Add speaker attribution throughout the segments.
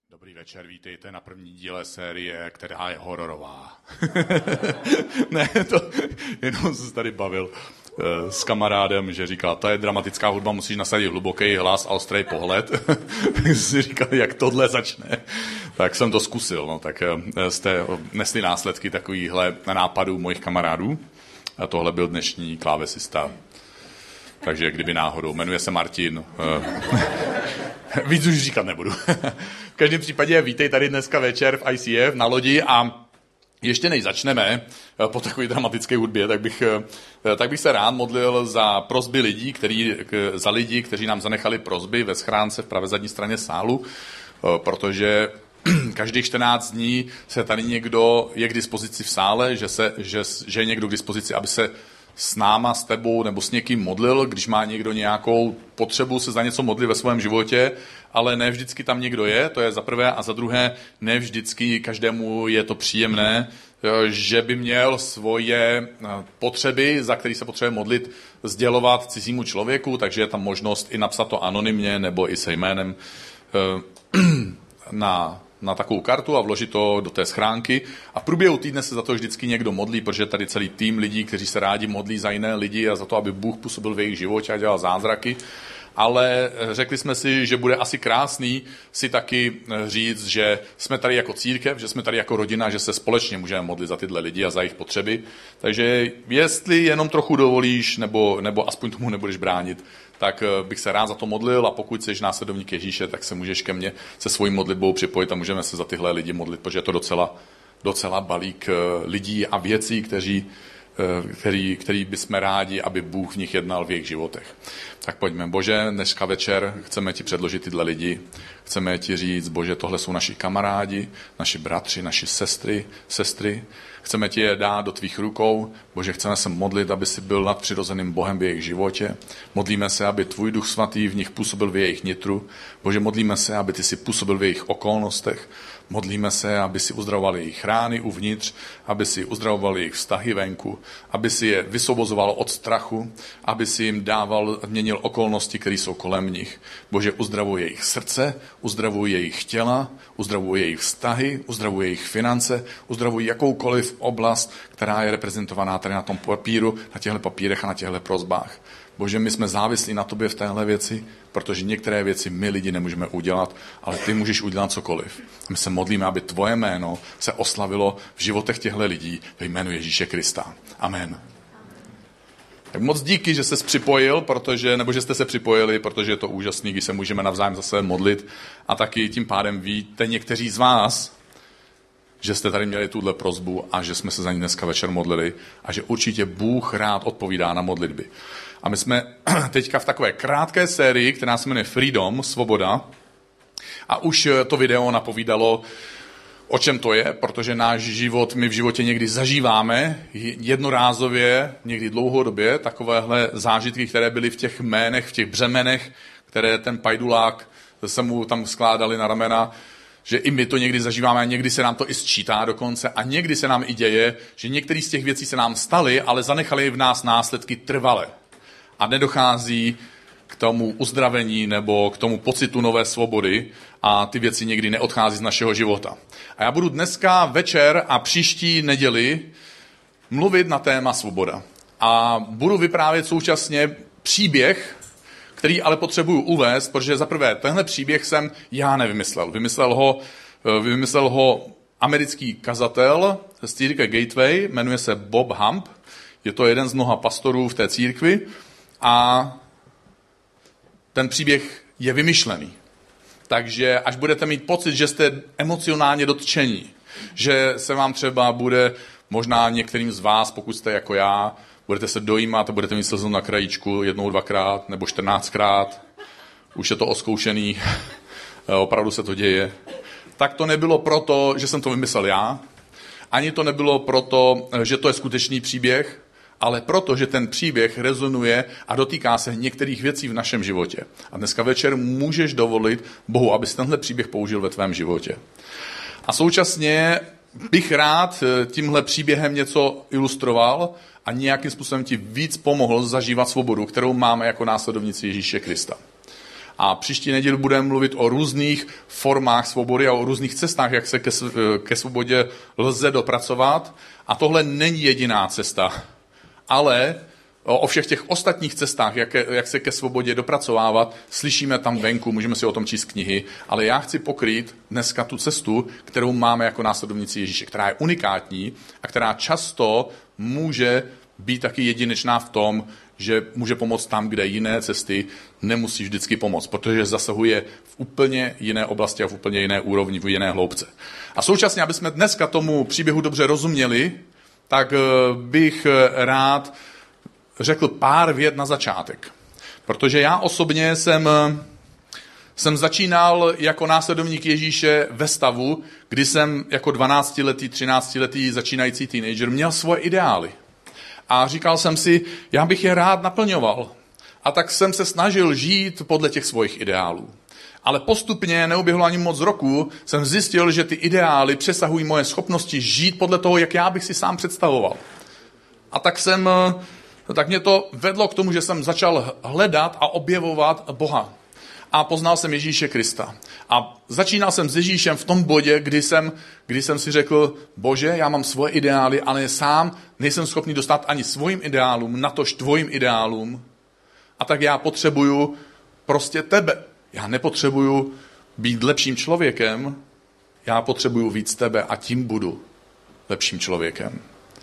Speaker 1: Dobrý večer, vítejte na první díle série, která je hororová. Ne, to jenom jsem se tady bavil s kamarádem, že říkal, to je dramatická hudba, musíš nasadit hluboký hlas a ostrý pohled. Tak jsem si říkal, jak tohle začne. Tak jsem to zkusil, no, tak jste nesli následky takovýchhle nápadů mojich kamarádů. A tohle byl dnešní klávesista. Takže kdyby náhodou, jmenuje se Martin. Víc už říkat nebudu. V každém případě vítej tady dneska večer v ICF na lodi a ještě než začneme po takové dramatické hudbě, tak bych se rád modlil za prosby lidí, za lidi, kteří nám zanechali prosby ve schránce v pravé zadní straně sálu, protože každých 14 dní se tady někdo je k dispozici v sále, že je někdo k dispozici, aby se s náma, s tebou nebo s někým modlil, když má někdo nějakou potřebu se za něco modlit ve svém životě, ale ne vždycky tam někdo je, to je za prvé, a za druhé, ne vždycky každému je to příjemné, že by měl svoje potřeby, za který se potřebuje modlit, sdělovat cizímu člověku, takže je tam možnost i napsat to anonymně nebo i se jménem na takovou kartu a vložit to do té schránky. A v průběhu týdne se za to vždycky někdo modlí, protože tady celý tým lidí, kteří se rádi modlí za jiné lidi a za to, aby Bůh působil v jejich životě a dělal zázraky. Ale řekli jsme si, že bude asi krásný si taky říct, že jsme tady jako církev, že jsme tady jako rodina, že se společně můžeme modlit za tyhle lidi a za jejich potřeby. Takže jestli jenom trochu dovolíš, nebo aspoň tomu nebudeš bránit, tak bych se rád za to modlil a pokud jsi následovník Ježíše, tak se můžeš ke mně se svojí modlitbou připojit a můžeme se za tyhle lidi modlit, protože je to docela balík lidí a věcí, který bychom rádi, aby Bůh v nich jednal v jejich životech. Tak pojďme. Bože, dneska večer chceme ti předložit tyhle lidi. Chceme ti říct, Bože, tohle jsou naši kamarádi, naši bratři, naši sestry. Chceme ti je dát do tvých rukou. Bože, chceme se modlit, aby jsi byl nadpřirozeným Bohem v jejich životě. Modlíme se, aby tvůj Duch Svatý v nich působil v jejich nitru. Bože, modlíme se, aby ty si působil v jejich okolnostech. Modlíme se, aby si uzdravoval jejich rány uvnitř, aby si uzdravoval jejich vztahy venku, aby si je vysvobozoval od strachu, aby si jim měnil okolnosti, které jsou kolem nich. Bože, uzdravuj jejich srdce, uzdravuj jejich těla, uzdravuj jejich vztahy, uzdravuj jejich finance, uzdravuj jakoukoliv oblast, která je reprezentovaná tady na tom papíru, na těchto papírech a na těchto prosbách. Bože, my jsme závislí na tobě v téhle věci, protože některé věci my lidi nemůžeme udělat, ale ty můžeš udělat cokoliv. My se modlíme, aby tvoje jméno se oslavilo v životech těchto lidí ve jménu Ježíše Krista. Amen. Tak moc díky, že jsi připojil, že jste se připojili, protože je to úžasný, když se můžeme navzájem zase modlit a taky tím pádem víte někteří z vás, že jste tady měli tuhle prosbu a že jsme se za ní dneska večer modlili a že určitě Bůh rád odpovídá na modlitby. A my jsme teďka v takové krátké sérii, která se jmenuje Freedom, svoboda. A už to video napovídalo, o čem to je, protože náš život, my v životě někdy zažíváme jednorázově, někdy dlouhodobě, takovéhle zážitky, které byly v těch jménech, v těch břemenech, které ten pajdulák se mu tam skládali na ramena, že i my to někdy zažíváme a někdy se nám to i sčítá dokonce a někdy se nám i děje, že některé z těch věcí se nám staly, ale zanechaly v nás následky trvale. A nedochází k tomu uzdravení nebo k tomu pocitu nové svobody a ty věci někdy neodchází z našeho života. A já budu dneska večer a příští neděli mluvit na téma svoboda. A budu vyprávět současně příběh, který ale potřebuju uvést, protože zaprvé tenhle příběh jsem já nevymyslel. Vymyslel ho americký kazatel z církve Gateway, jmenuje se Bob Hump. Je to jeden z mnoha pastorů v té církvi a ten příběh je vymyšlený. Takže až budete mít pocit, že jste emocionálně dotčení, že se vám třeba bude, možná některým z vás, pokud jste jako já, budete se dojímat a budete mít slzu na krajíčku 1, 2krát nebo 14krát, už je to oskoušený, opravdu se to děje. Tak to nebylo proto, že jsem to vymyslel já, ani to nebylo proto, že to je skutečný příběh, ale proto, že ten příběh rezonuje a dotýká se některých věcí v našem životě. A dneska večer můžeš dovolit Bohu, abys tenhle příběh použil ve tvém životě. A současně bych rád tímhle příběhem něco ilustroval a nějakým způsobem ti víc pomohl zažívat svobodu, kterou máme jako následovníci Ježíše Krista. A příští neděli budeme mluvit o různých formách svobody a o různých cestách, jak se ke svobodě lze dopracovat. A tohle není jediná cesta, ale o všech těch ostatních cestách, jak se ke svobodě dopracovávat, slyšíme tam venku, můžeme si o tom číst knihy, ale já chci pokrýt dneska tu cestu, kterou máme jako následovníci Ježíše, která je unikátní a která často může být taky jedinečná v tom, že může pomoct tam, kde jiné cesty nemusí vždycky pomoct, protože zasahuje v úplně jiné oblasti a v úplně jiné úrovni, v jiné hloubce. A současně, aby jsme dneska tomu příběhu dobře rozuměli, tak bych rád řekl pár vět na začátek. Protože já osobně jsem začínal jako následovník Ježíše ve stavu, kdy jsem jako 12letý, 13letý začínající teenager měl svoje ideály. A říkal jsem si, já bych je rád naplňoval. A tak jsem se snažil žít podle těch svých ideálů. Ale postupně, neuběhlo ani moc roku, jsem zjistil, že ty ideály přesahují moje schopnosti žít podle toho, jak já bych si sám představoval. A tak mě to vedlo k tomu, že jsem začal hledat a objevovat Boha. A poznal jsem Ježíše Krista. A začínal jsem s Ježíšem v tom bodě, kdy jsem si řekl, Bože, já mám svoje ideály, ale sám nejsem schopný dostat ani svým ideálům, natož tvojim ideálům. A tak já potřebuju prostě tebe. Já nepotřebuju být lepším člověkem, já potřebuju víc tebe a tím budu lepším člověkem.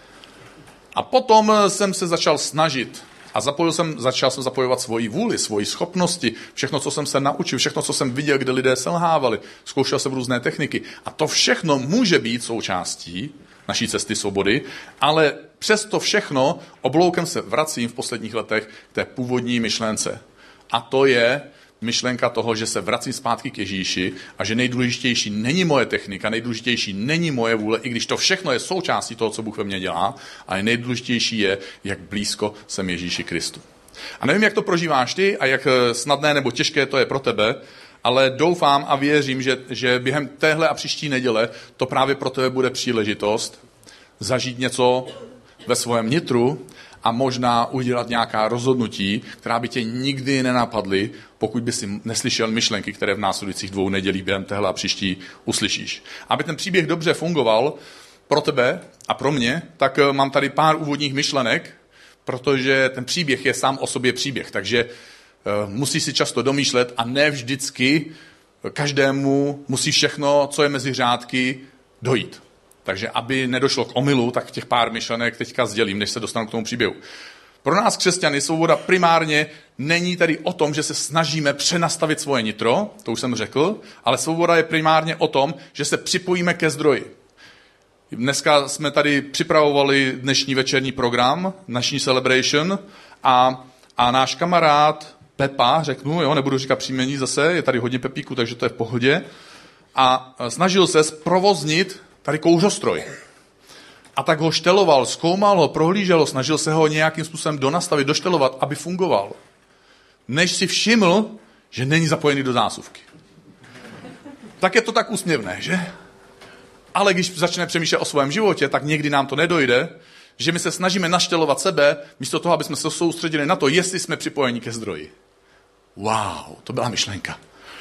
Speaker 1: A potom jsem se začal snažit a začal jsem zapojovat svoji vůli, svoji schopnosti, všechno, co jsem se naučil, všechno, co jsem viděl, kde lidé selhávali, zkoušel jsem různé techniky. A to všechno může být součástí naší cesty svobody, ale přes to všechno obloukem se vracím v posledních letech k té původní myšlence. A to je myšlenka toho, že se vracím zpátky k Ježíši a že nejdůležitější není moje technika, nejdůležitější není moje vůle, i když to všechno je součástí toho, co Bůh ve mně dělá, ale nejdůležitější je, jak blízko jsem Ježíši Kristu. A nevím, jak to prožíváš ty a jak snadné nebo těžké to je pro tebe, ale doufám a věřím, že během téhle a příští neděle to právě pro tebe bude příležitost zažít něco ve svém nitru a možná udělat nějaká rozhodnutí, která by tě nikdy nenapadly, pokud by si neslyšel myšlenky, které v následujících 2 nedělích během téhle a příští uslyšíš. Aby ten příběh dobře fungoval pro tebe a pro mě, tak mám tady pár úvodních myšlenek, protože ten příběh je sám o sobě příběh, takže musí si často domýšlet a ne vždycky každému musí všechno, co je mezi řádky, dojít. Takže aby nedošlo k omylu, tak těch pár myšlenek teďka sdělím, než se dostanu k tomu příběhu. Pro nás křesťany svoboda primárně není tady o tom, že se snažíme přenastavit svoje nitro, to už jsem řekl, ale svoboda je primárně o tom, že se připojíme ke zdroji. Dneska jsme tady připravovali dnešní večerní program, dnešní celebration a náš kamarád Pepa, řeknu, jo, nebudu říkat příjmení zase, je tady hodně Pepíků, takže to je v pohodě, a snažil se zprovoznit tady kouřostroj. A tak ho šteloval, zkoumal ho, prohlížel, snažil se ho nějakým způsobem donastavit, doštelovat, aby fungoval. Než si všiml, že není zapojený do zásuvky. Tak je to tak úsměvné, že? Ale když začne přemýšlet o svém životě, tak někdy nám to nedojde, že my se snažíme naštelovat sebe, místo toho, aby jsme se soustředili na to, jestli jsme připojeni ke zdroji. Wow, to byla myšlenka.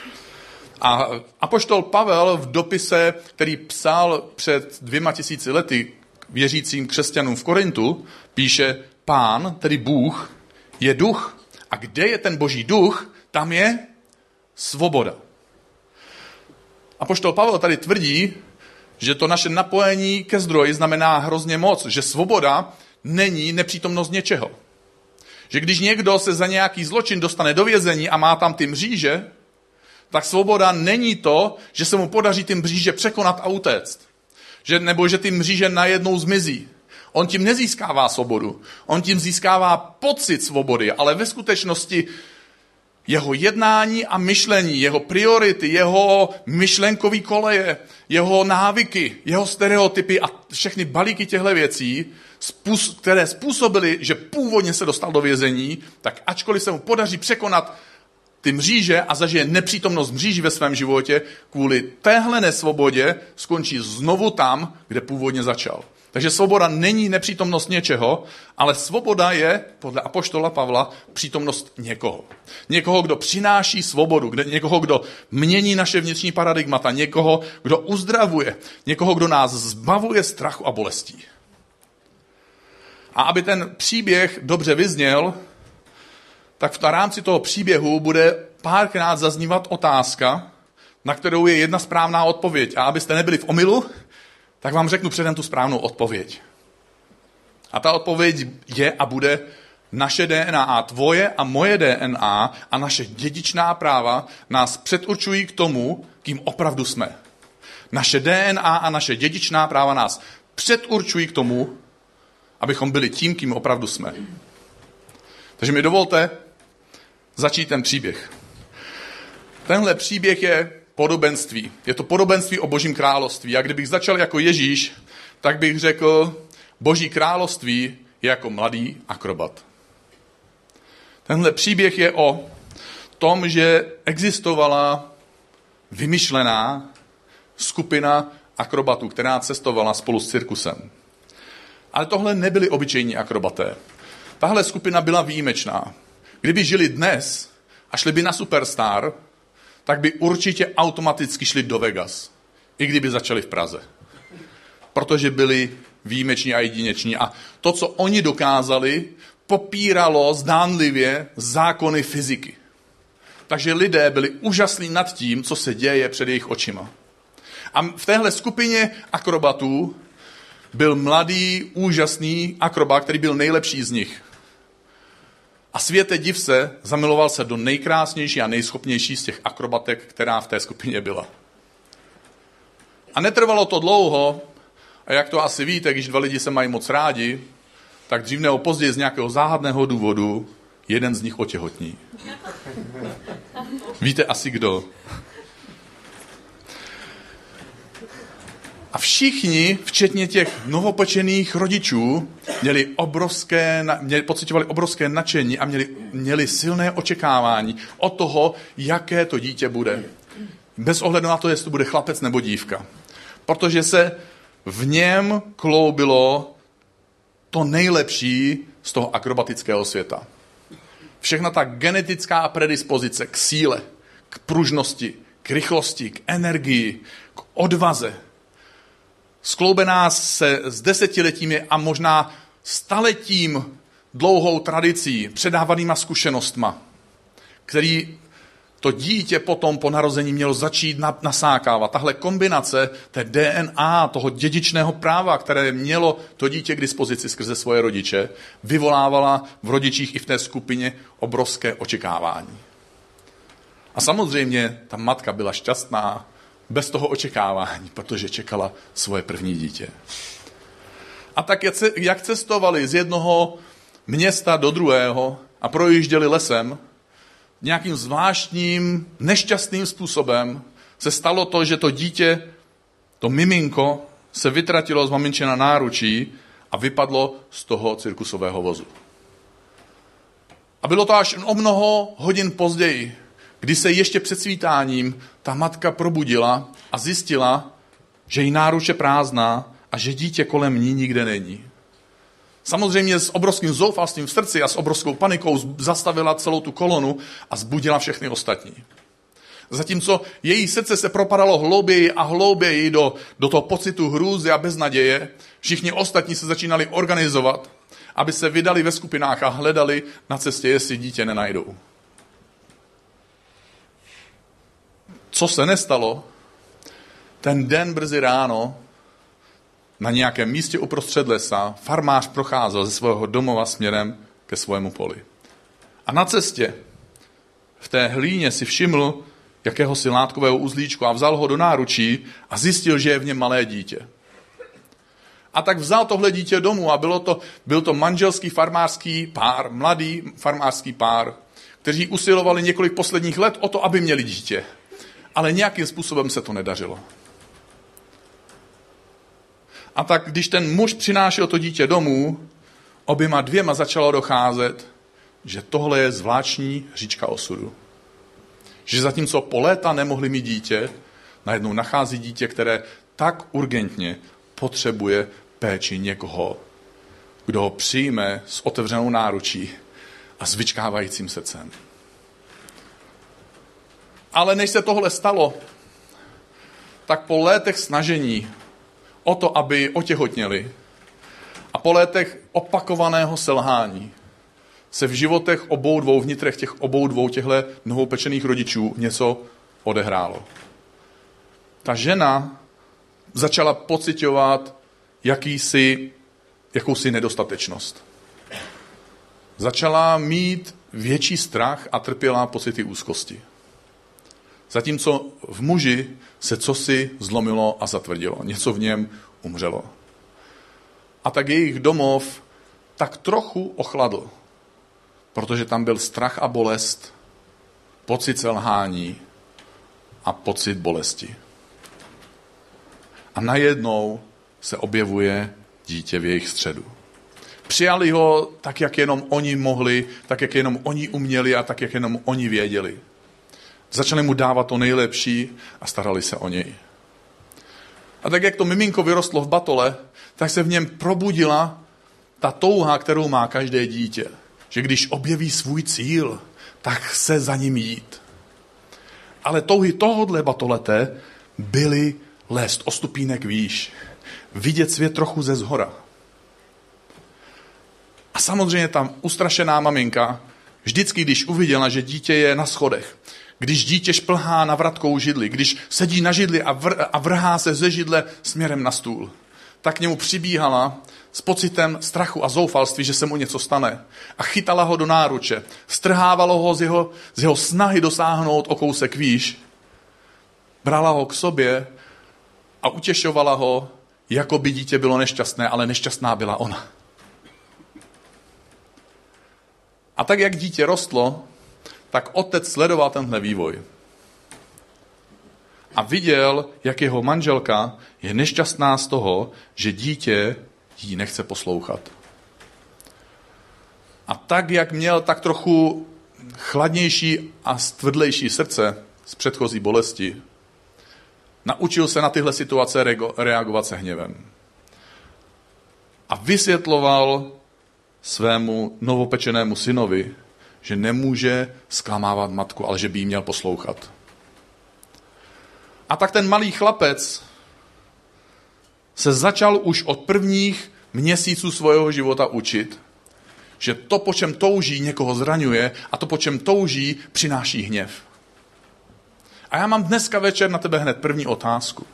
Speaker 1: A apoštol Pavel v dopise, který psal před 2000 lety věřícím křesťanům v Korintu, píše: Pán, tedy Bůh, je duch. A kde je ten boží duch, tam je svoboda. Apoštol Pavel tady tvrdí, že to naše napojení ke zdroji znamená hrozně moc, že svoboda není nepřítomnost něčeho. Že když někdo se za nějaký zločin dostane do vězení a má tam ty mříže, tak svoboda není to, že se mu podaří ty mříže překonat a utéct. Nebo že ty mříže najednou zmizí. On tím nezískává svobodu. On tím získává pocit svobody, ale ve skutečnosti jeho jednání a myšlení, jeho priority, jeho myšlenkový koleje, jeho návyky, jeho stereotypy a všechny balíky těchto věcí, které způsobily, že původně se dostal do vězení, tak ačkoliv se mu podaří překonat ty mříže a zažije nepřítomnost mříží ve svém životě, kvůli téhle nesvobodě skončí znovu tam, kde původně začal. Takže svoboda není nepřítomnost něčeho, ale svoboda je, podle apoštola Pavla, přítomnost někoho. Někoho, kdo přináší svobodu, někoho, kdo mění naše vnitřní paradigmata, někoho, kdo uzdravuje, někoho, kdo nás zbavuje strachu a bolestí. A aby ten příběh dobře vyzněl, tak v rámci toho příběhu bude párkrát zaznívat otázka, na kterou je jedna správná odpověď. A abyste nebyli v omylu, tak vám řeknu předem tu správnou odpověď. A ta odpověď je a bude naše DNA, tvoje a moje DNA a naše dědičná práva nás předurčují k tomu, kým opravdu jsme. Naše DNA a naše dědičná práva nás předurčují k tomu, abychom byli tím, kým opravdu jsme. Takže mi dovolte začít ten příběh. Tenhle příběh je podobenství. Je to podobenství o Božím království. A kdybych začal jako Ježíš, tak bych řekl, Boží království je jako mladý akrobat. Tenhle příběh je o tom, že existovala vymyšlená skupina akrobatů, která cestovala spolu s cirkusem. Ale tohle nebyli obyčejní akrobaté. Tahle skupina byla výjimečná. Kdyby žili dnes a šli by na Superstar, tak by určitě automaticky šli do Vegas, i kdyby začali v Praze. Protože byli výjimeční a jedineční. A to, co oni dokázali, popíralo zdánlivě zákony fyziky. Takže lidé byli úžasní nad tím, co se děje před jejich očima. A v téhle skupině akrobatů byl mladý, úžasný akrobat, který byl nejlepší z nich. A světe div se, zamiloval se do nejkrásnější a nejschopnější z těch akrobatek, která v té skupině byla. A netrvalo to dlouho, a jak to asi víte, když dva lidi se mají moc rádi, tak dřív nebo později z nějakého záhadného důvodu jeden z nich otěhotní. Víte asi kdo. A všichni, včetně těch novopečených rodičů, pocitovali obrovské nadšení a měli silné očekávání od toho, jaké to dítě bude. Bez ohledu na to, jestli to bude chlapec nebo dívka. Protože se v něm kloubilo to nejlepší z toho akrobatického světa. Všechna ta genetická predispozice k síle, k pružnosti, k rychlosti, k energii, k odvaze, skloubená se s desetiletími a možná staletím dlouhou tradicí, předávanýma zkušenostma, který to dítě potom po narození mělo začít nasákávat. Tahle kombinace té DNA, toho dědičného práva, které mělo to dítě k dispozici skrze svoje rodiče, vyvolávala v rodičích i v té skupině obrovské očekávání. A samozřejmě ta matka byla šťastná bez toho očekávání, protože čekala svoje první dítě. A tak jak cestovali z jednoho města do druhého a projížděli lesem, nějakým zvláštním, nešťastným způsobem se stalo to, že to dítě, to miminko, se vytratilo z maminčina náručí a vypadlo z toho cirkusového vozu. A bylo to až o mnoho hodin později, kdy se ještě před svítáním ta matka probudila a zjistila, že jí náruč je prázdná a že dítě kolem ní nikde není. Samozřejmě s obrovským zoufalstvím v srdci a s obrovskou panikou zastavila celou tu kolonu a zbudila všechny ostatní. Zatímco její srdce se propadalo hlouběji a hlouběji do toho pocitu hrůzy a beznaděje, všichni ostatní se začínali organizovat, aby se vydali ve skupinách a hledali na cestě, jestli dítě nenajdou. Co se nestalo? Ten den brzy ráno na nějakém místě uprostřed lesa farmář procházel ze svého domova směrem ke svému poli. A na cestě v té hlíně si všiml jakéhosi látkového uzlíčku a vzal ho do náručí a zjistil, že je v něm malé dítě. A tak vzal tohle dítě domů a byl to manželský farmářský pár, mladý farmářský pár, kteří usilovali několik posledních let o to, aby měli dítě. Ale nějakým způsobem se to nedařilo. A tak, když ten muž přinášel to dítě domů, oběma dvěma začalo docházet, že tohle je zvláštní hříčka osudu. Že zatímco po léta nemohli mít dítě, najednou nachází dítě, které tak urgentně potřebuje péči někoho, kdo ho přijme s otevřenou náručí a s vyčkávajícím srdcem. Ale než se tohle stalo, tak po létech snažení o to, aby otěhotněli a po létech opakovaného selhání se v životech v nitrech těch obou dvou těchto novopečených rodičů něco odehrálo. Ta žena začala pociťovat jakousi nedostatečnost. Začala mít větší strach a trpěla pocity úzkosti. Zatímco v muži se cosi zlomilo a zatvrdilo. Něco v něm umřelo. A tak jejich domov tak trochu ochladl. Protože tam byl strach a bolest, pocit selhání a pocit bolesti. A najednou se objevuje dítě v jejich středu. Přijali ho tak, jak jenom oni mohli, tak, jak jenom oni uměli a tak, jak jenom oni věděli. Začali mu dávat to nejlepší a starali se o něj. A tak, jak to miminko vyrostlo v batole, tak se v něm probudila ta touha, kterou má každé dítě. Že když objeví svůj cíl, tak se za ním jít. Ale touhy tohodle batolete byly lézt o stupínek výš. Vidět svět trochu ze zhora. A samozřejmě ta ustrašená maminka, vždycky, když uviděla, že dítě je na schodech, když dítě šplhá na vratkou židli, když sedí na židli a vrhá se ze židle směrem na stůl, tak k němu přibíhala s pocitem strachu a zoufalství, že se mu něco stane. A chytala ho do náruče, strhávalo ho z jeho snahy dosáhnout o kousek výš, brala ho k sobě a utěšovala ho, jako by dítě bylo nešťastné, ale nešťastná byla ona. A tak, jak dítě rostlo, tak otec sledoval tenhle vývoj. A viděl, jak jeho manželka je nešťastná z toho, že dítě jí nechce poslouchat. A tak, jak měl tak trochu chladnější a stvrdlejší srdce z předchozí bolesti, naučil se na tyhle situace reagovat se hněvem. A vysvětloval svému novopečenému synovi, že nemůže zklamávat matku, ale že by jí měl poslouchat. A tak ten malý chlapec se začal už od prvních měsíců svého života učit, že to, po čem touží, někoho zraňuje a to, po čem touží, přináší hněv. A já mám dneska večer na tebe hned první otázku.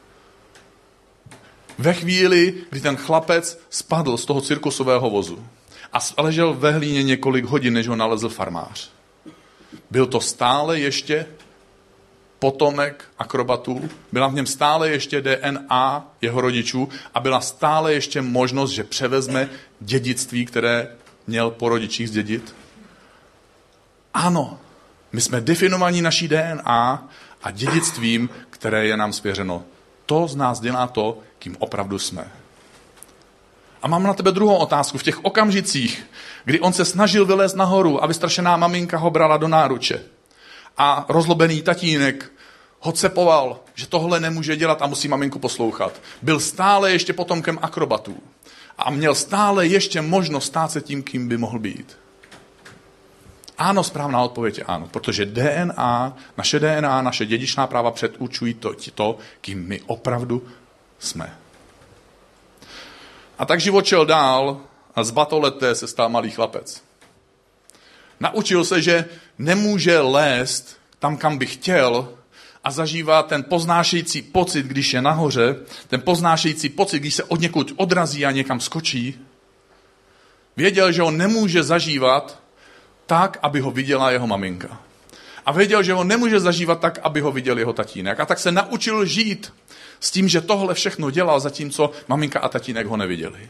Speaker 1: Ve chvíli, kdy ten chlapec spadl z toho cirkusového vozu a ležel ve hlíně několik hodin, než ho nalezl farmář, byl to stále ještě potomek akrobatů, byla v něm stále ještě DNA jeho rodičů a byla stále ještě možnost, že převezme dědictví, které měl po rodičích zdědit? Ano, my jsme definovaní naší DNA a dědictvím, které je nám svěřeno. To z nás dělá to, kým opravdu jsme. A mám na tebe druhou otázku. V těch okamžicích, kdy on se snažil vylézt nahoru a vystrašená maminka ho brala do náruče a rozlobený tatínek ho cepoval, že tohle nemůže dělat a musí maminku poslouchat. Byl stále ještě potomkem akrobatů a měl stále ještě možnost stát se tím, kým by mohl být. Ano, správná odpověď je ano, protože naše dědičná práva předurčují to, kým my opravdu jsme. A tak život šel dál a z batoleté se stal malý chlapec. Naučil se, že nemůže lézt tam, kam by chtěl a zažívá ten poznášející pocit, když je nahoře, ten poznášející pocit, když se od někud odrazí a někam skočí. Věděl, že ho nemůže zažívat tak, aby ho viděla jeho maminka. A věděl, že ho nemůže zažívat tak, aby ho viděl jeho tatínek. A tak se naučil žít s tím, že tohle všechno dělal, zatímco maminka a tatínek ho neviděli.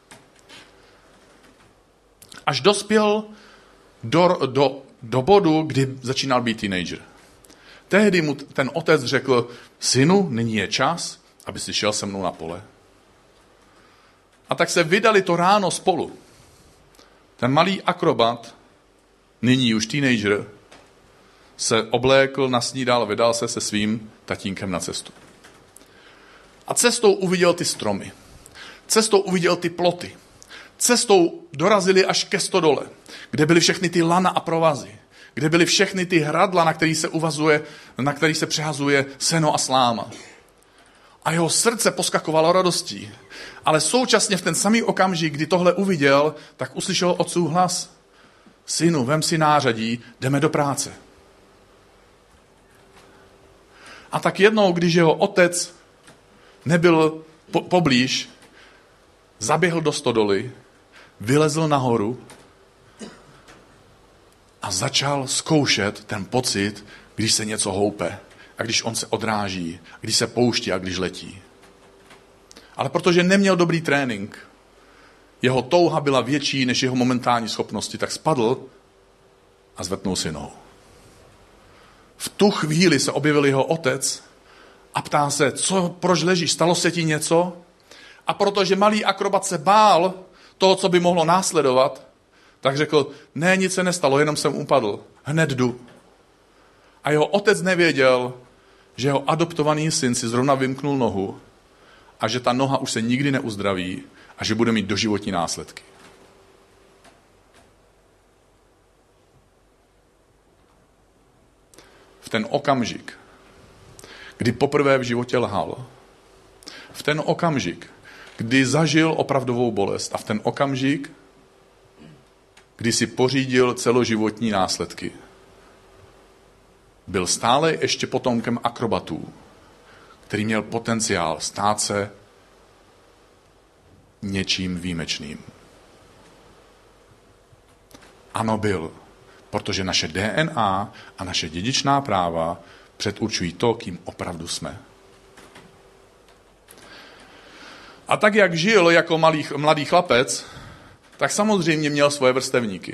Speaker 1: Až dospěl do bodu, kdy začínal být teenager. Tehdy mu ten otec řekl, synu, nyní je čas, aby si šel se mnou na pole. A tak se vydali to ráno spolu. Ten malý akrobat, nyní už teenager, se oblékl, nasnídal, vydal se svým tatínkem na cestu. A cestou uviděl ty stromy. Cestou uviděl ty ploty. Cestou dorazili až ke stodole, kde byly všechny ty lana a provazy, kde byly všechny ty hradla, na který se přehazuje seno a sláma. A jeho srdce poskakovalo radostí. Ale současně v ten samý okamžik, kdy tohle uviděl, tak uslyšel otcův hlas. Synu, vem si nářadí, jdeme do práce. A tak jednou, když jeho otec nebyl poblíž, zaběhl do stodoly, vylezl nahoru a začal zkoušet ten pocit, když se něco houpe a když on se odráží, když se pouští a když letí. Ale protože neměl dobrý trénink, jeho touha byla větší než jeho momentální schopnosti, tak spadl a zvrtnul si nohu. V tu chvíli se objevil jeho otec a ptá se, proč ležíš, stalo se ti něco? A protože malý akrobat se bál toho, co by mohlo následovat, tak řekl, ne, nic se nestalo, jenom jsem upadl, hned jdu. A jeho otec nevěděl, že jeho adoptovaný syn si zrovna vymknul nohu a že ta noha už se nikdy neuzdraví a že bude mít doživotní následky. V ten okamžik, kdy poprvé v životě lhal, v ten okamžik, kdy zažil opravdovou bolest a v ten okamžik, kdy si pořídil celoživotní následky, byl stále ještě potomkem akrobatů, který měl potenciál stát se něčím výjimečným. Ano, byl, protože naše DNA a naše dědičná práva předurčují to, kým opravdu jsme. A tak, jak žil jako mladý chlapec, tak samozřejmě měl svoje vrstevníky.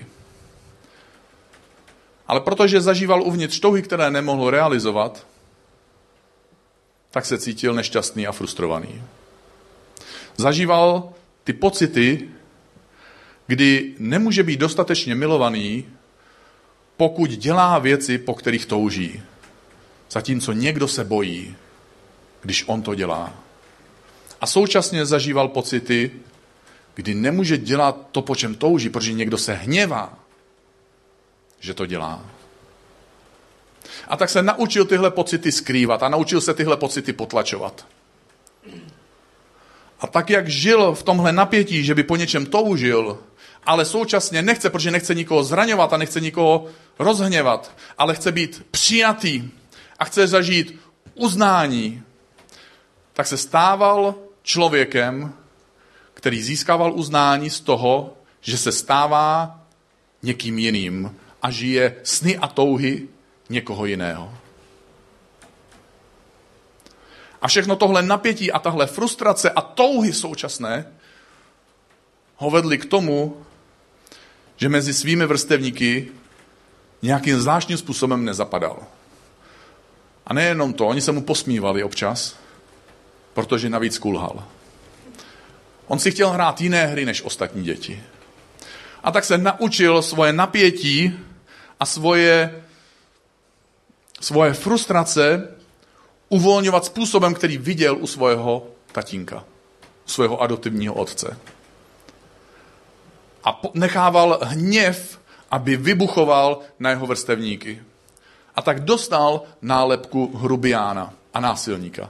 Speaker 1: Ale protože zažíval uvnitř touhy, které nemohl realizovat, tak se cítil nešťastný a frustrovaný. Zažíval ty pocity, kdy nemůže být dostatečně milovaný, pokud dělá věci, po kterých touží. Zatímco někdo se bojí, když on to dělá. A současně zažíval pocity, kdy nemůže dělat to, po čem touží, protože někdo se hněvá, že to dělá. A tak se naučil tyhle pocity skrývat a naučil se tyhle pocity potlačovat. A tak, jak žil v tomhle napětí, že by po něčem toužil, ale současně nechce, protože nechce nikoho zraňovat a nechce nikoho rozhněvat, ale chce být přijatý a chce zažít uznání, tak se stával člověkem, který získával uznání z toho, že se stává někým jiným a žije sny a touhy někoho jiného. A všechno tohle napětí a tahle frustrace a touhy současné ho vedly k tomu, že mezi svými vrstevníky nějakým zvláštním způsobem nezapadal. A nejenom to, oni se mu posmívali občas, protože navíc kulhal. On si chtěl hrát jiné hry než ostatní děti. A tak se naučil svoje napětí a svoje frustrace uvolňovat způsobem, který viděl u svého tatínka, u svého adoptivního otce. A nechával hněv, aby vybuchoval na jeho vrstevníky. A tak dostal nálepku hrubiána a násilníka.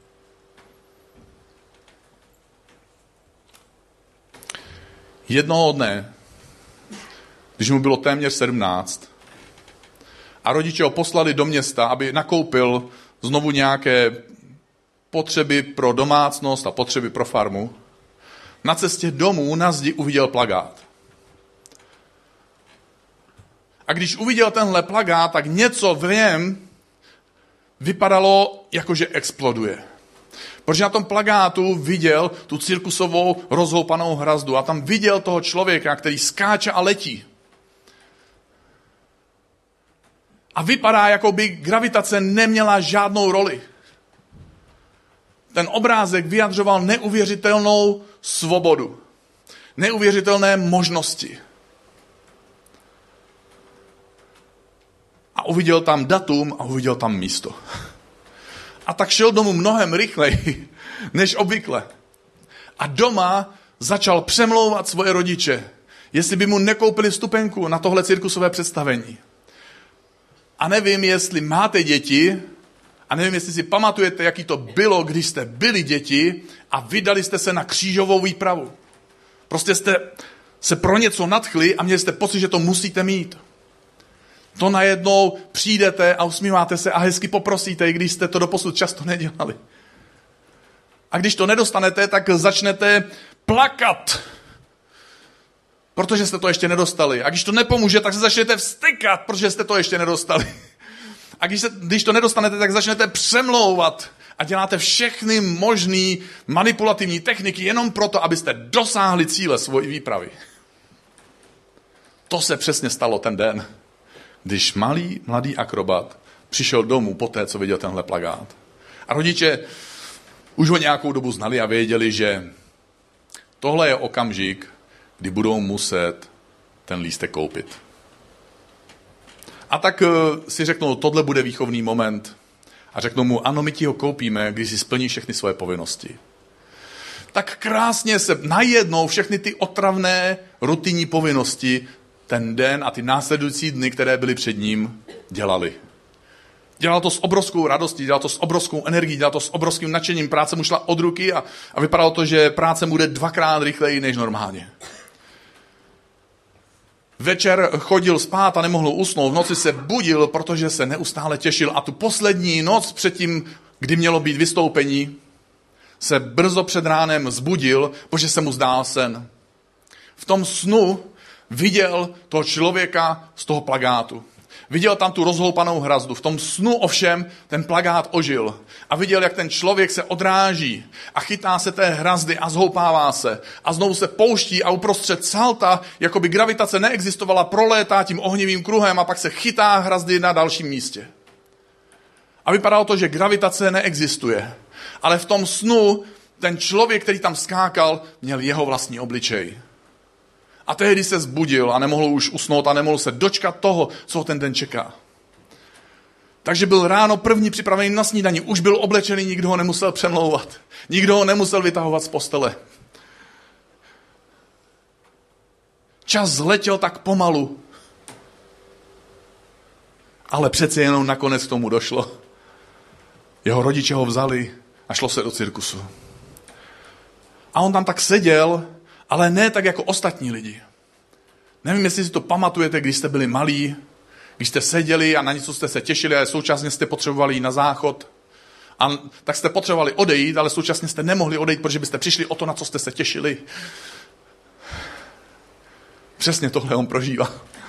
Speaker 1: Jednoho dne, když mu bylo téměř 17 a rodiče ho poslali do města, aby nakoupil znovu nějaké potřeby pro domácnost a potřeby pro farmu, na cestě domů na zdi uviděl plakát. A když uviděl tenhle plakát, tak něco v něm vypadalo, jako že exploduje. Protože na tom plakátu viděl tu cirkusovou rozhoupanou hrazdu a tam viděl toho člověka, který skáče a letí. A vypadá, jako by gravitace neměla žádnou roli. Ten obrázek vyjadřoval neuvěřitelnou svobodu, neuvěřitelné možnosti. A uviděl tam datum a uviděl tam místo. A tak šel domů mnohem rychleji, než obvykle. A doma začal přemlouvat svoje rodiče, jestli by mu nekoupili vstupenku na tohle cirkusové představení. A nevím, jestli máte děti, a nevím, jestli si pamatujete, jaký to bylo, když jste byli děti a vydali jste se na křížovou výpravu. Prostě jste se pro něco nadchli a měli jste pocit, že to musíte mít. To najednou přijdete a usmíváte se a hezky poprosíte, i když jste to doposud často nedělali. A když to nedostanete, tak začnete plakat, protože jste to ještě nedostali. A když to nepomůže, tak se začnete vztekat, protože jste to ještě nedostali. A když to nedostanete, tak začnete přemlouvat a děláte všechny možné manipulativní techniky jenom proto, abyste dosáhli cíle svojí výpravy. To se přesně stalo ten den, když mladý akrobat přišel domů po té, co viděl tenhle plakát. A rodiče už ho nějakou dobu znali a věděli, že tohle je okamžik, kdy budou muset ten lístek koupit. A tak si řeknou, tohle bude výchovný moment. A řeknou mu, ano, my ti ho koupíme, když si splní všechny svoje povinnosti. Tak krásně se najednou všechny ty otravné rutinní povinnosti ten den a ty následující dny, které byly před ním, dělali. Dělal to s obrovskou radostí, dělal to s obrovskou energií, dělal to s obrovským nadšením. Práce mu šla od ruky a vypadalo to, že práce mu jde 2krát rychleji než normálně. Večer chodil spát a nemohl usnout, v noci se budil, protože se neustále těšil a tu poslední noc předtím, kdy mělo být vystoupení, se brzo před ránem zbudil, protože se mu zdál sen. V tom snu viděl toho člověka z toho plakátu. Viděl tam tu rozhoupanou hrazdu. V tom snu ovšem ten plakát ožil. A viděl, jak ten člověk se odráží a chytá se té hrazdy a zhoupává se. A znovu se pouští a uprostřed salta, jako by gravitace neexistovala, prolétá tím ohnivým kruhem a pak se chytá hrazdy na dalším místě. A vypadalo to, že gravitace neexistuje. Ale v tom snu ten člověk, který tam skákal, měl jeho vlastní obličej. A tehdy se zbudil a nemohl už usnout a nemohl se dočkat toho, co ho ten den čeká. Takže byl ráno první připravený na snídani, už byl oblečený, nikdo ho nemusel přemlouvat. Nikdo ho nemusel vytahovat z postele. Čas zletěl tak pomalu. Ale přece jenom nakonec k tomu došlo. Jeho rodiče ho vzali a šlo se do cirkusu. A on tam tak seděl, ale ne tak jako ostatní lidi. Nevím, jestli si to pamatujete, když jste byli malí, když jste seděli a na něco jste se těšili a současně jste potřebovali jít na záchod. A tak jste potřebovali odejít, ale současně jste nemohli odejít, protože byste přišli o to, na co jste se těšili. Přesně tohle on prožívá.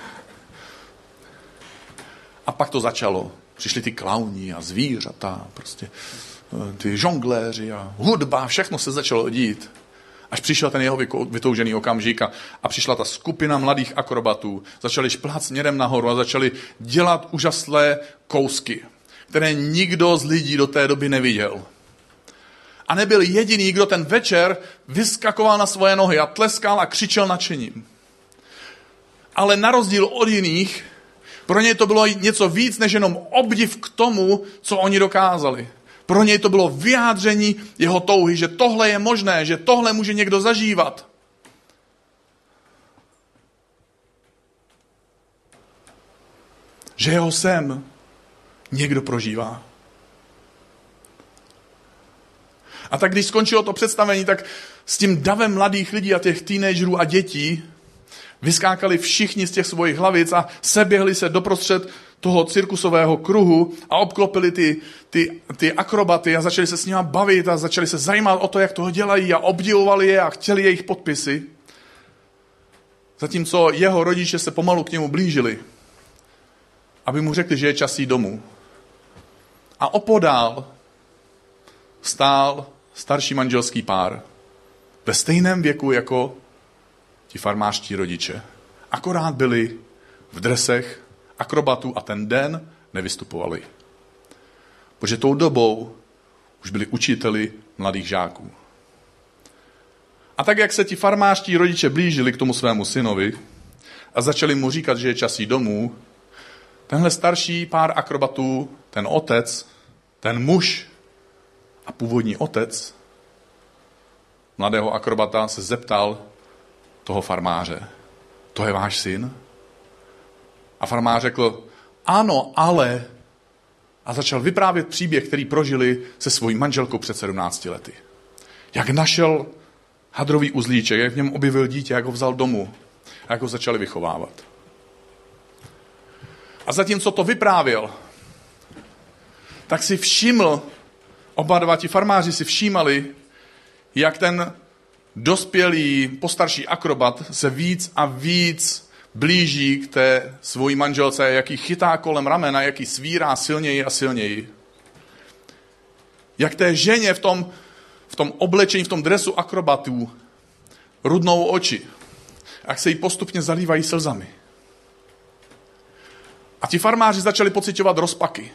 Speaker 1: A pak to začalo. Přišli ty klauni a zvířata, prostě ty žongléři a hudba, všechno se začalo dít. Až přišel ten jeho vytoužený okamžik a přišla ta skupina mladých akrobatů. Začali šplhat směrem nahoru a začali dělat úžasné kousky, které nikdo z lidí do té doby neviděl. A nebyl jediný, kdo ten večer vyskakoval na svoje nohy a tleskal a křičel nadšením. Ale na rozdíl od jiných, pro něj to bylo něco víc než jenom obdiv k tomu, co oni dokázali. Pro něj to bylo vyjádření jeho touhy, že tohle je možné, že tohle může někdo zažívat. Že jeho sen někdo prožívá. A tak když skončilo to představení, tak s tím davem mladých lidí a těch teenagerů a dětí vyskákali všichni z těch svojich hlavic a seběhli se doprostřed toho cirkusového kruhu a obklopili ty akrobaty a začali se s nimi bavit a začali se zajímat o to, jak toho dělají a obdivovali je a chtěli jejich podpisy. Zatímco jeho rodiče se pomalu k němu blížili, aby mu řekli, že je čas jít domů. A opodál stál starší manželský pár ve stejném věku jako ti farmářští rodiče. Akorát byli v dresech akrobatů a ten den nevystupovali. Protože tou dobou už byli učiteli mladých žáků. A tak, jak se ti farmářští rodiče blížili k tomu svému synovi a začali mu říkat, že je čas jít domů, tenhle starší pár akrobatů, ten otec, ten muž a původní otec, mladého akrobata, se zeptal toho farmáře, to je váš syn? A farmář řekl, ano, ale... A začal vyprávět příběh, který prožili se svojí manželkou před 17 lety. Jak našel hadrový uzlíček, jak v něm objevil dítě, jak ho vzal domů a jak ho začali vychovávat. A zatímco to vyprávěl, tak si všiml, oba dva ti farmáři si všímali, jak ten dospělý, postarší akrobat se víc a víc blíží k té svojí manželce, jak ji chytá kolem ramena, jak ji svírá silněji a silněji. Jak té ženě v tom oblečení, v tom dresu akrobatů rudnou oči. Jak se jí postupně zalívají slzami. A ti farmáři začali pociťovat rozpaky.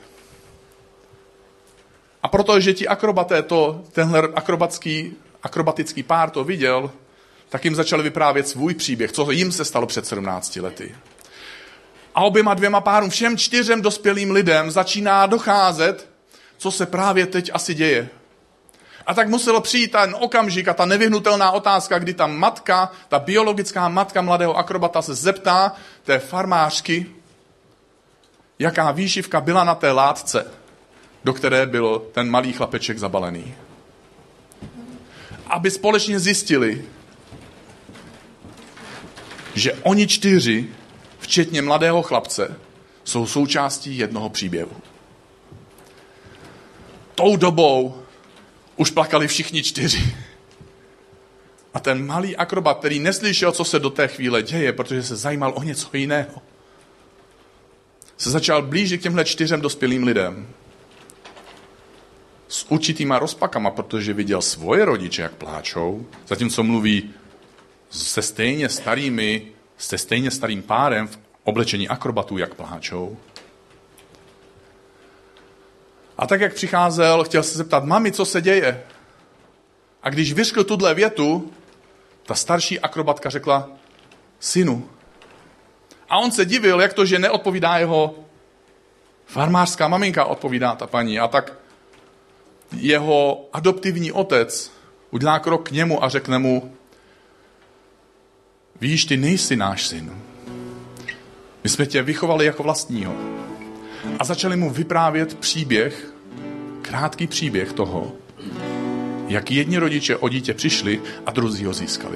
Speaker 1: A protože ti akrobaté tenhle akrobatický pár to viděl, tak jim začali vyprávět svůj příběh, co jim se stalo před 17 lety. A oběma dvěma párům, všem 4 dospělým lidem začíná docházet, co se právě teď asi děje. A tak muselo přijít ten okamžik a ta nevyhnutelná otázka, kdy ta matka, ta biologická matka mladého akrobata se zeptá té farmářky, jaká výšivka byla na té látce, do které byl ten malý chlapeček zabalený. Aby společně zjistili, že oni 4, včetně mladého chlapce, jsou součástí jednoho příběhu. Tou dobou už plakali všichni 4. A ten malý akrobat, který neslyšel, co se do té chvíle děje, protože se zajímal o něco jiného, se začal blížit k těmhle 4 dospělým lidem. S určitýma rozpakama, protože viděl svoje rodiče, jak pláčou, zatímco mluví se stejně starým párem v oblečení akrobatů, jak pláčou. A tak, jak přicházel, chtěl se zeptat, mami, co se děje? A když vyřkl tuhle větu, ta starší akrobatka řekla, synu. A on se divil, jak to, že neodpovídá jeho farmářská maminka, odpovídá ta paní. A tak jeho adoptivní otec udělá krok k němu a řekne mu, víš, ty nejsi náš syn. My jsme tě vychovali jako vlastního. A začali mu vyprávět příběh, krátký příběh toho, jak jedni rodiče o dítě přišli a druzí ho získali.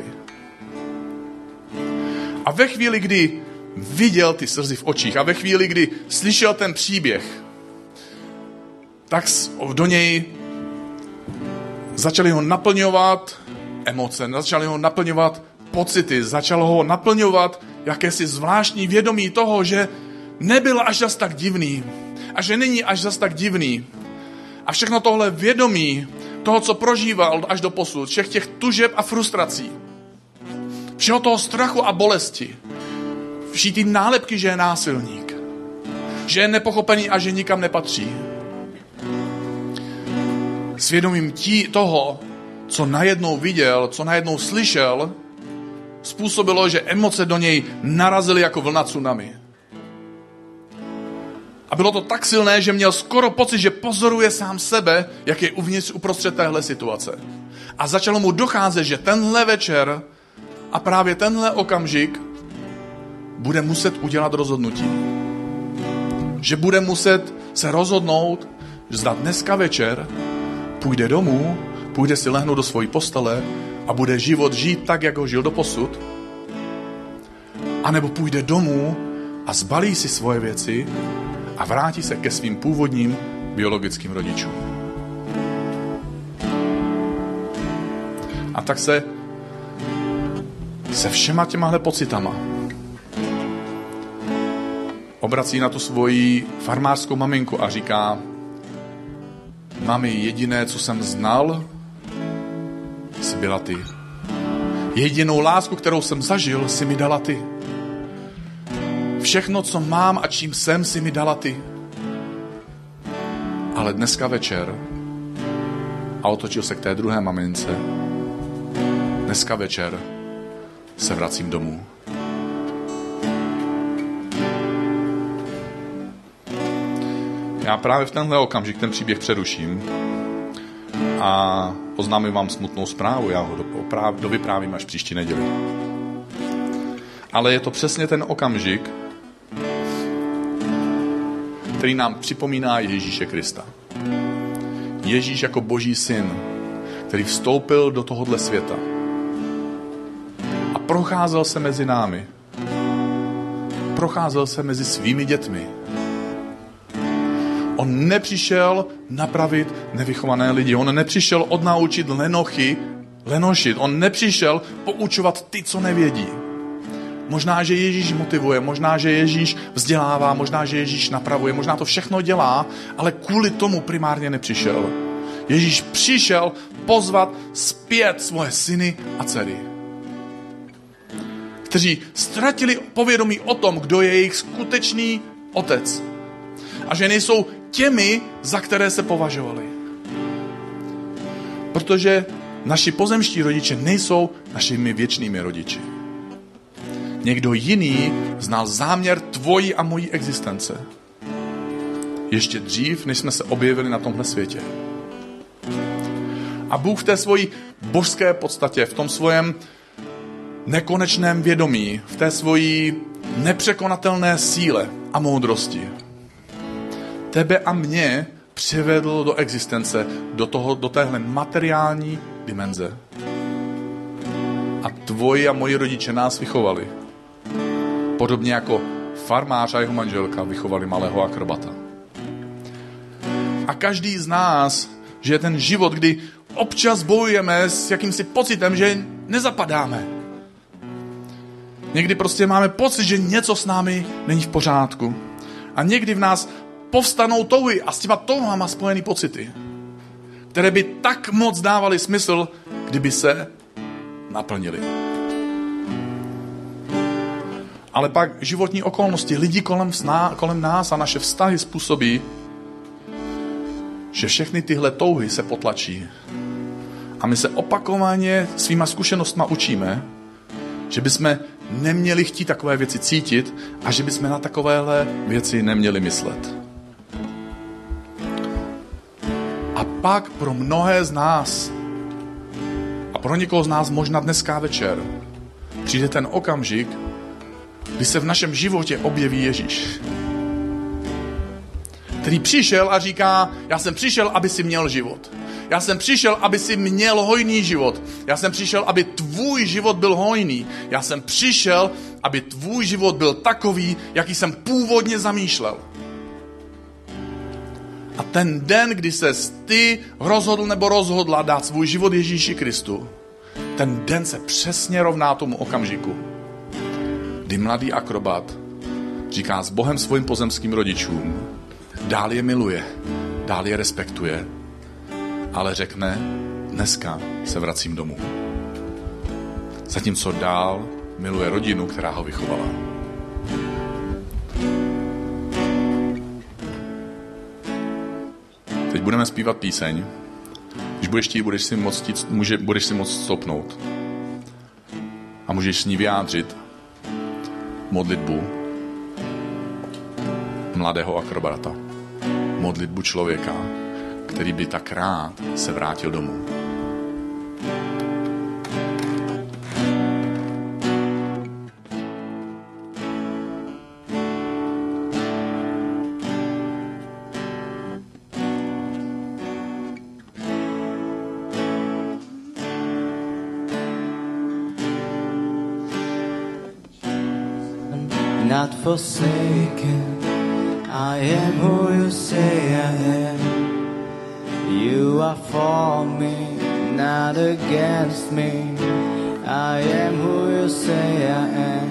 Speaker 1: A ve chvíli, kdy viděl ty slzy v očích a ve chvíli, kdy slyšel ten příběh, tak do něj začali ho naplňovat emoce, začali ho naplňovat pocity, začalo ho naplňovat jakési zvláštní vědomí toho, že nebyl až zas tak divný a že není až zas tak divný. A všechno tohle vědomí toho, co prožíval až do posud, všech těch tužeb a frustrací, všeho toho strachu a bolesti, vší ty nálepky, že je násilník, že je nepochopený a že nikam nepatří. Svědomím toho, co najednou viděl, co najednou slyšel, způsobilo, že emoce do něj narazily jako vlna tsunami. A bylo to tak silné, že měl skoro pocit, že pozoruje sám sebe, jak je uvnitř uprostřed téhle situace. A začalo mu docházet, že tenhle večer a právě tenhle okamžik bude muset udělat rozhodnutí. Že bude muset se rozhodnout, že zda dneska večer půjde domů, půjde si lehnout do svojí postele a bude život žít tak, jak ho žil doposud, anebo půjde domů a zbalí si svoje věci a vrátí se ke svým původním biologickým rodičům. A tak se všema těmahle pocitama obrací na tu svoji farmářskou maminku a říká, mami, jediné, co jsem znal, jsi byla ty. Jedinou lásku, kterou jsem zažil, jsi mi dala ty. Všechno, co mám a čím jsem, si mi dala ty. Ale dneska večer, a otočil se k té druhé mamince, dneska večer se vracím domů. Já právě v tenhle okamžik ten příběh přeruším a oznámím vám smutnou zprávu, já ho dovyprávím až příští neděli. Ale je to přesně ten okamžik, který nám připomíná Ježíše Krista. Ježíš jako Boží syn, který vstoupil do tohohle světa a procházel se mezi námi. Procházel se mezi svými dětmi. On nepřišel napravit nevychované lidi. On nepřišel odnaučit lenošit. On nepřišel poučovat ty, co nevědí. Možná, že Ježíš motivuje, možná, že Ježíš vzdělává, možná, že Ježíš napravuje, možná to všechno dělá, ale kvůli tomu primárně nepřišel. Ježíš přišel pozvat zpět svoje syny a dcery, kteří ztratili povědomí o tom, kdo je jejich skutečný otec. A že nejsou těmi, za které se považovali. Protože naši pozemští rodiče nejsou našimi věčnými rodiči. Někdo jiný znal záměr tvojí a mojí existence. Ještě dřív, než jsme se objevili na tomhle světě. A Bůh v té svojí božské podstatě, v tom svém nekonečném vědomí, v té svojí nepřekonatelné síle a moudrosti tebe a mě přivedl do existence, do téhle materiální dimenze. A tvoji a moji rodiče nás vychovali. Podobně jako farmář a jeho manželka vychovali malého akrobata. A každý z nás žije ten život, kdy občas bojujeme s jakýmsi pocitem, že nezapadáme. Někdy prostě máme pocit, že něco s námi není v pořádku. A někdy v nás povstanou touhy a s těma touhama spojený pocity, které by tak moc dávaly smysl, kdyby se naplnily. Ale pak životní okolnosti, lidi kolem nás a naše vztahy způsobí, že všechny tyhle touhy se potlačí. A my se opakovaně svýma zkušenostma učíme, že bychom neměli chtít takové věci cítit a že bychom na takovéhle věci neměli myslet. A pak pro mnohé z nás a pro někoho z nás možná dneska večer přijde ten okamžik, kdy se v našem životě objeví Ježíš, který přišel a říká, já jsem přišel, aby si měl život. Já jsem přišel, aby si měl hojný život. Já jsem přišel, aby tvůj život byl hojný. Já jsem přišel, aby tvůj život byl takový, jaký jsem původně zamýšlel. A ten den, kdy ses ty rozhodl nebo rozhodla dát svůj život Ježíši Kristu, ten den se přesně rovná tomu okamžiku, kdy mladý akrobat říká s Bohem svým pozemským rodičům, dál je miluje, dál je respektuje, ale řekne, dneska se vracím domů. Zatímco dál miluje rodinu, která ho vychovala. Teď budeme zpívat píseň. Když budeš chtít, budeš si moct stoupnout. A můžeš s ní vyjádřit modlitbu mladého akrobata. Modlitbu člověka, který by tak rád se vrátil domů.
Speaker 2: Not forsaken, I am who you say I am. You are for me, not against me. I am who you say I am.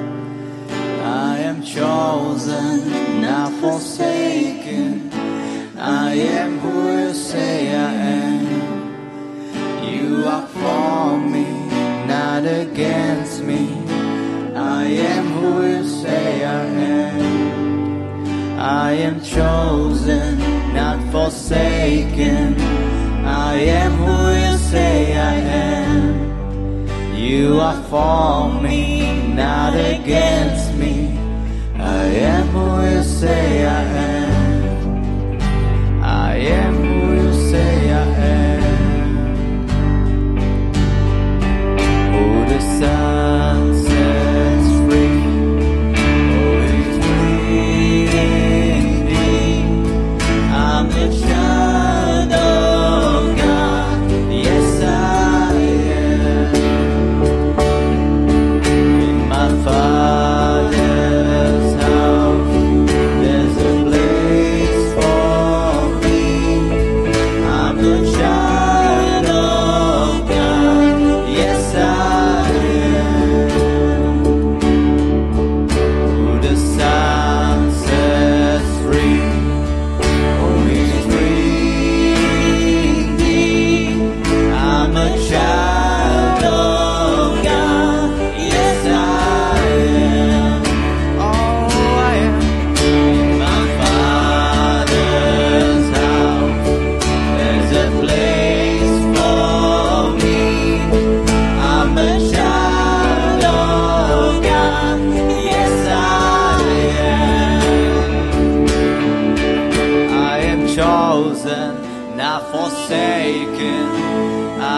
Speaker 2: I am chosen, not forsaken. I am who you say I am. You are for me, not against me. I am who you say I am. I am chosen, not forsaken. I am who you say I am. You are for me, not against me. I am who you say I am. I am who you say I am.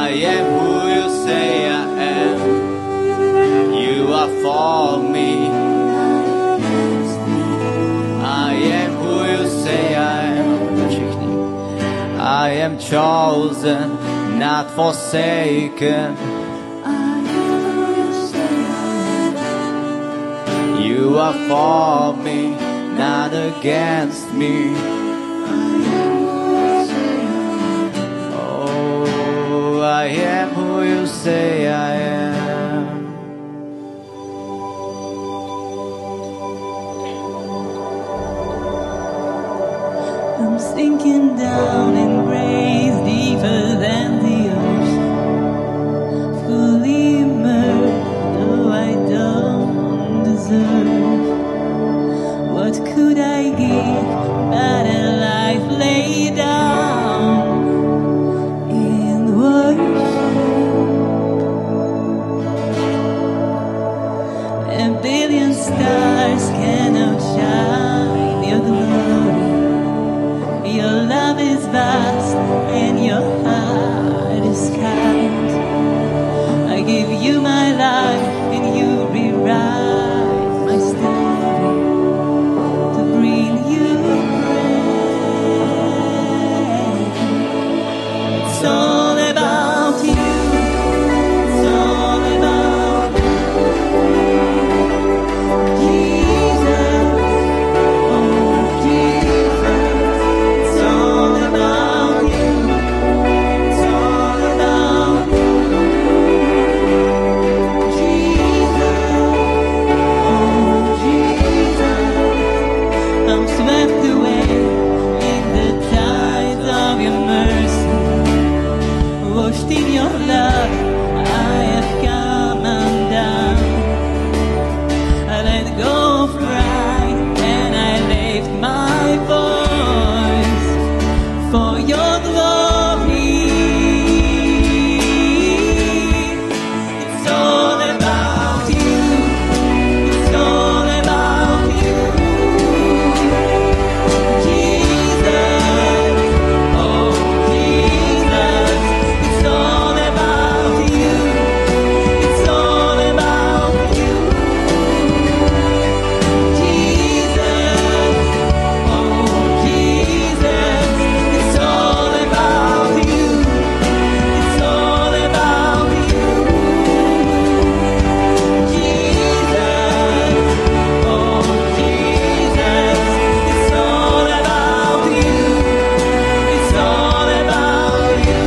Speaker 2: I am who you say I am. You are for me. I am who you say I am. I am chosen, not forsaken. You are for me, not against me. Oh, I am who you say I am.
Speaker 3: I'm sinking down in grace deeper than the ocean, fully immersed, though I don't deserve. What could I give but a life laid down in worship? A billion stars cannot shine your glory. Your love is vast and your heart is kind. I give you my life and you rewrite my story to bring you praise. It's all about you. It's all about Jesus. Oh, Jesus. It's all about you. It's all about Jesus. Oh, Jesus. I'm swept away in the tides of your mercy. Washed in your love, I have come undone. I let go of pride and I lift my voice for your glory. It's all about you. It's all about you. Jesus. Oh, Jesus. It's all about you. It's all about you. Jesus. Oh, Jesus. It's all about you. It's all about you. Jesus. Oh, Jesus. It's all about you. It's all about you.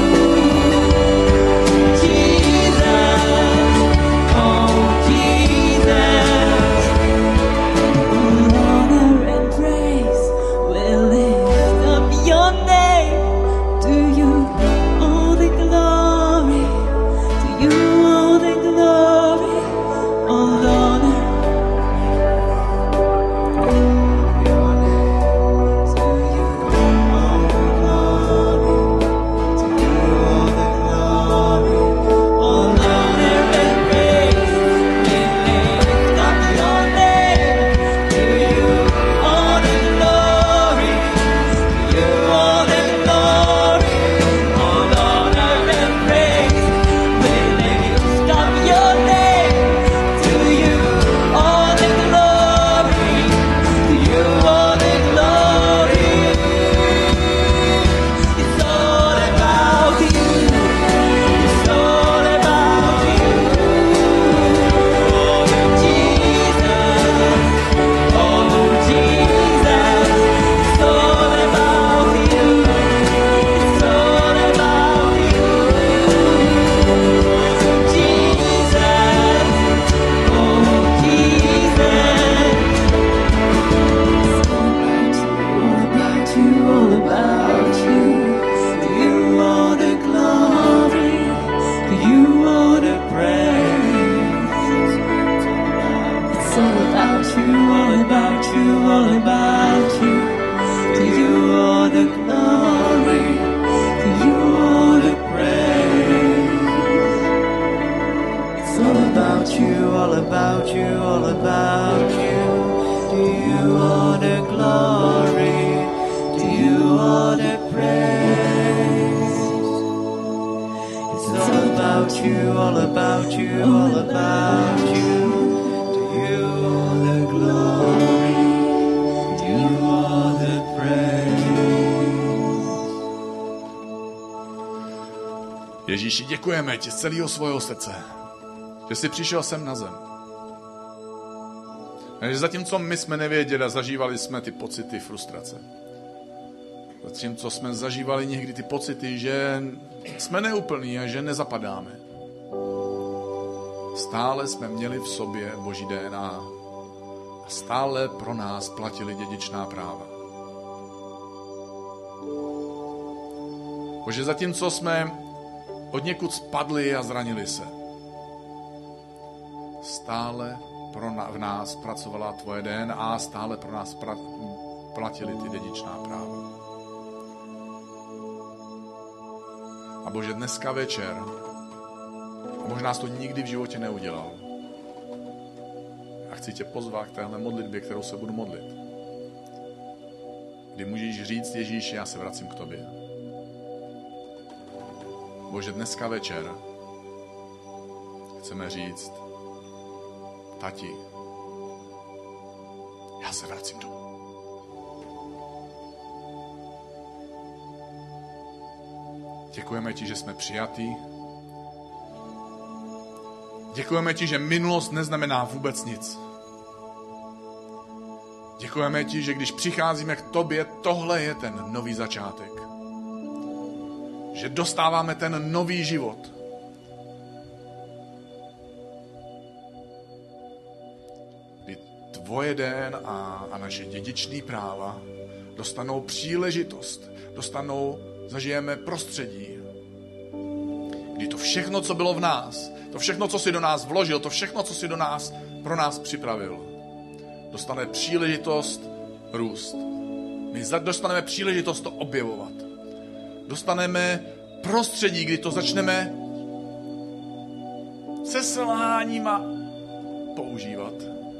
Speaker 3: Jesus. Oh, Jesus. Honor and praise will lift up your name. To you all the glory. To you all the glory. All honor. To you all the glory. To you all the glory. All honor and praise will lift up your name. To you all the glory. To you all the glory. All honor and praise will lift up your name. To you all the glory. To you all the glory. It's all about you. It's all about you. Jesus. Oh, Jesus. It's all about you. It's all about you. Jesus. Oh, Jesus. All about you. To you all the glory. To you all the praise. It's all about you, all about you, all about you. To you all the glory. To you all the praise. It's all about you, all about you, all about you. To you all the glory. To you all the praise.
Speaker 2: all about you, all about you, all about you. To you all the glory, to you all the praise.
Speaker 1: Ježíši, děkujeme ti z celého svého srdce, že jsi přišel sem na zem. A že zatímco my jsme nevěděli a zažívali jsme ty pocity frustrace. Zatímco jsme zažívali někdy ty pocity, že jsme neúplní a že nezapadáme. Stále jsme měli v sobě Boží DNA a stále pro nás platili dědičná práva. Bože, zatímco jsme od někud spadli a zranili se, stále v nás pracovala tvoje DNA, stále pro nás platili ty dědičná práva. A Bože, dneska večer, a možná jsi to nikdy v životě neudělal, a chci tě pozvat k téhle modlitbě, kterou se budu modlit. Kdy můžeš říct, Ježíši, já se vracím k tobě. Bože, dneska večer chceme říct, tati, já se vracím domů. Děkujeme ti, že jsme přijatí. Děkujeme ti, že minulost neznamená vůbec nic. Děkujeme ti, že když přicházíme k tobě, tohle je ten nový začátek. Že dostáváme ten nový život. Kdy tvoje DNA a naše dědičné práva dostanou příležitost, zažijeme prostředí, kdy to všechno, co bylo v nás, to všechno, co jsi do nás vložil, to všechno, co jsi pro nás připravil, dostane příležitost růst. My dostaneme příležitost to objevovat. Dostaneme prostředí, kdy to začneme se selháníma používat.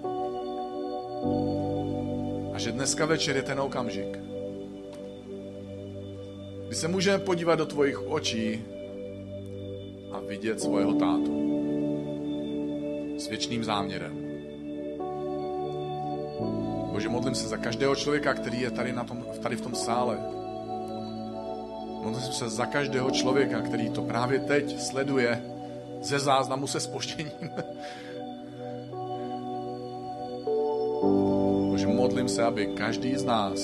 Speaker 1: A že dneska večer je ten okamžik, kdy se můžeme podívat do tvojich očí a vidět svého tátu s věčným záměrem. Bože, modlím se za každého člověka, který je tady v tom sále. Modlím se za každého člověka, který to právě teď sleduje ze záznamu se zpožděním. Bože, modlím se, aby každý z nás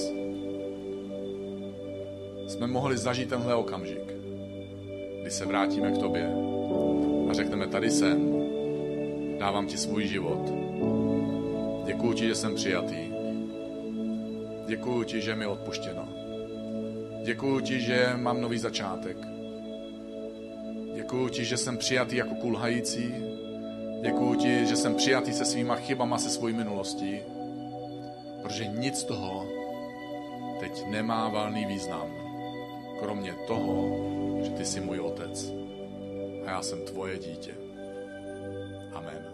Speaker 1: jsme mohli zažít tenhle okamžik, kdy se vrátíme k tobě a řekneme, tady jsem, dávám ti svůj život. Děkuju ti, že jsem přijatý. Děkuju ti, že mi je odpuštěno. Děkuju ti, že mám nový začátek. Děkuju ti, že jsem přijatý jako kulhající. Děkuju ti, že jsem přijatý se svýma chybama, se svojí minulostí. Protože nic z toho teď nemá valný význam. Kromě toho, že ty jsi můj otec. A já jsem tvoje dítě. Amen.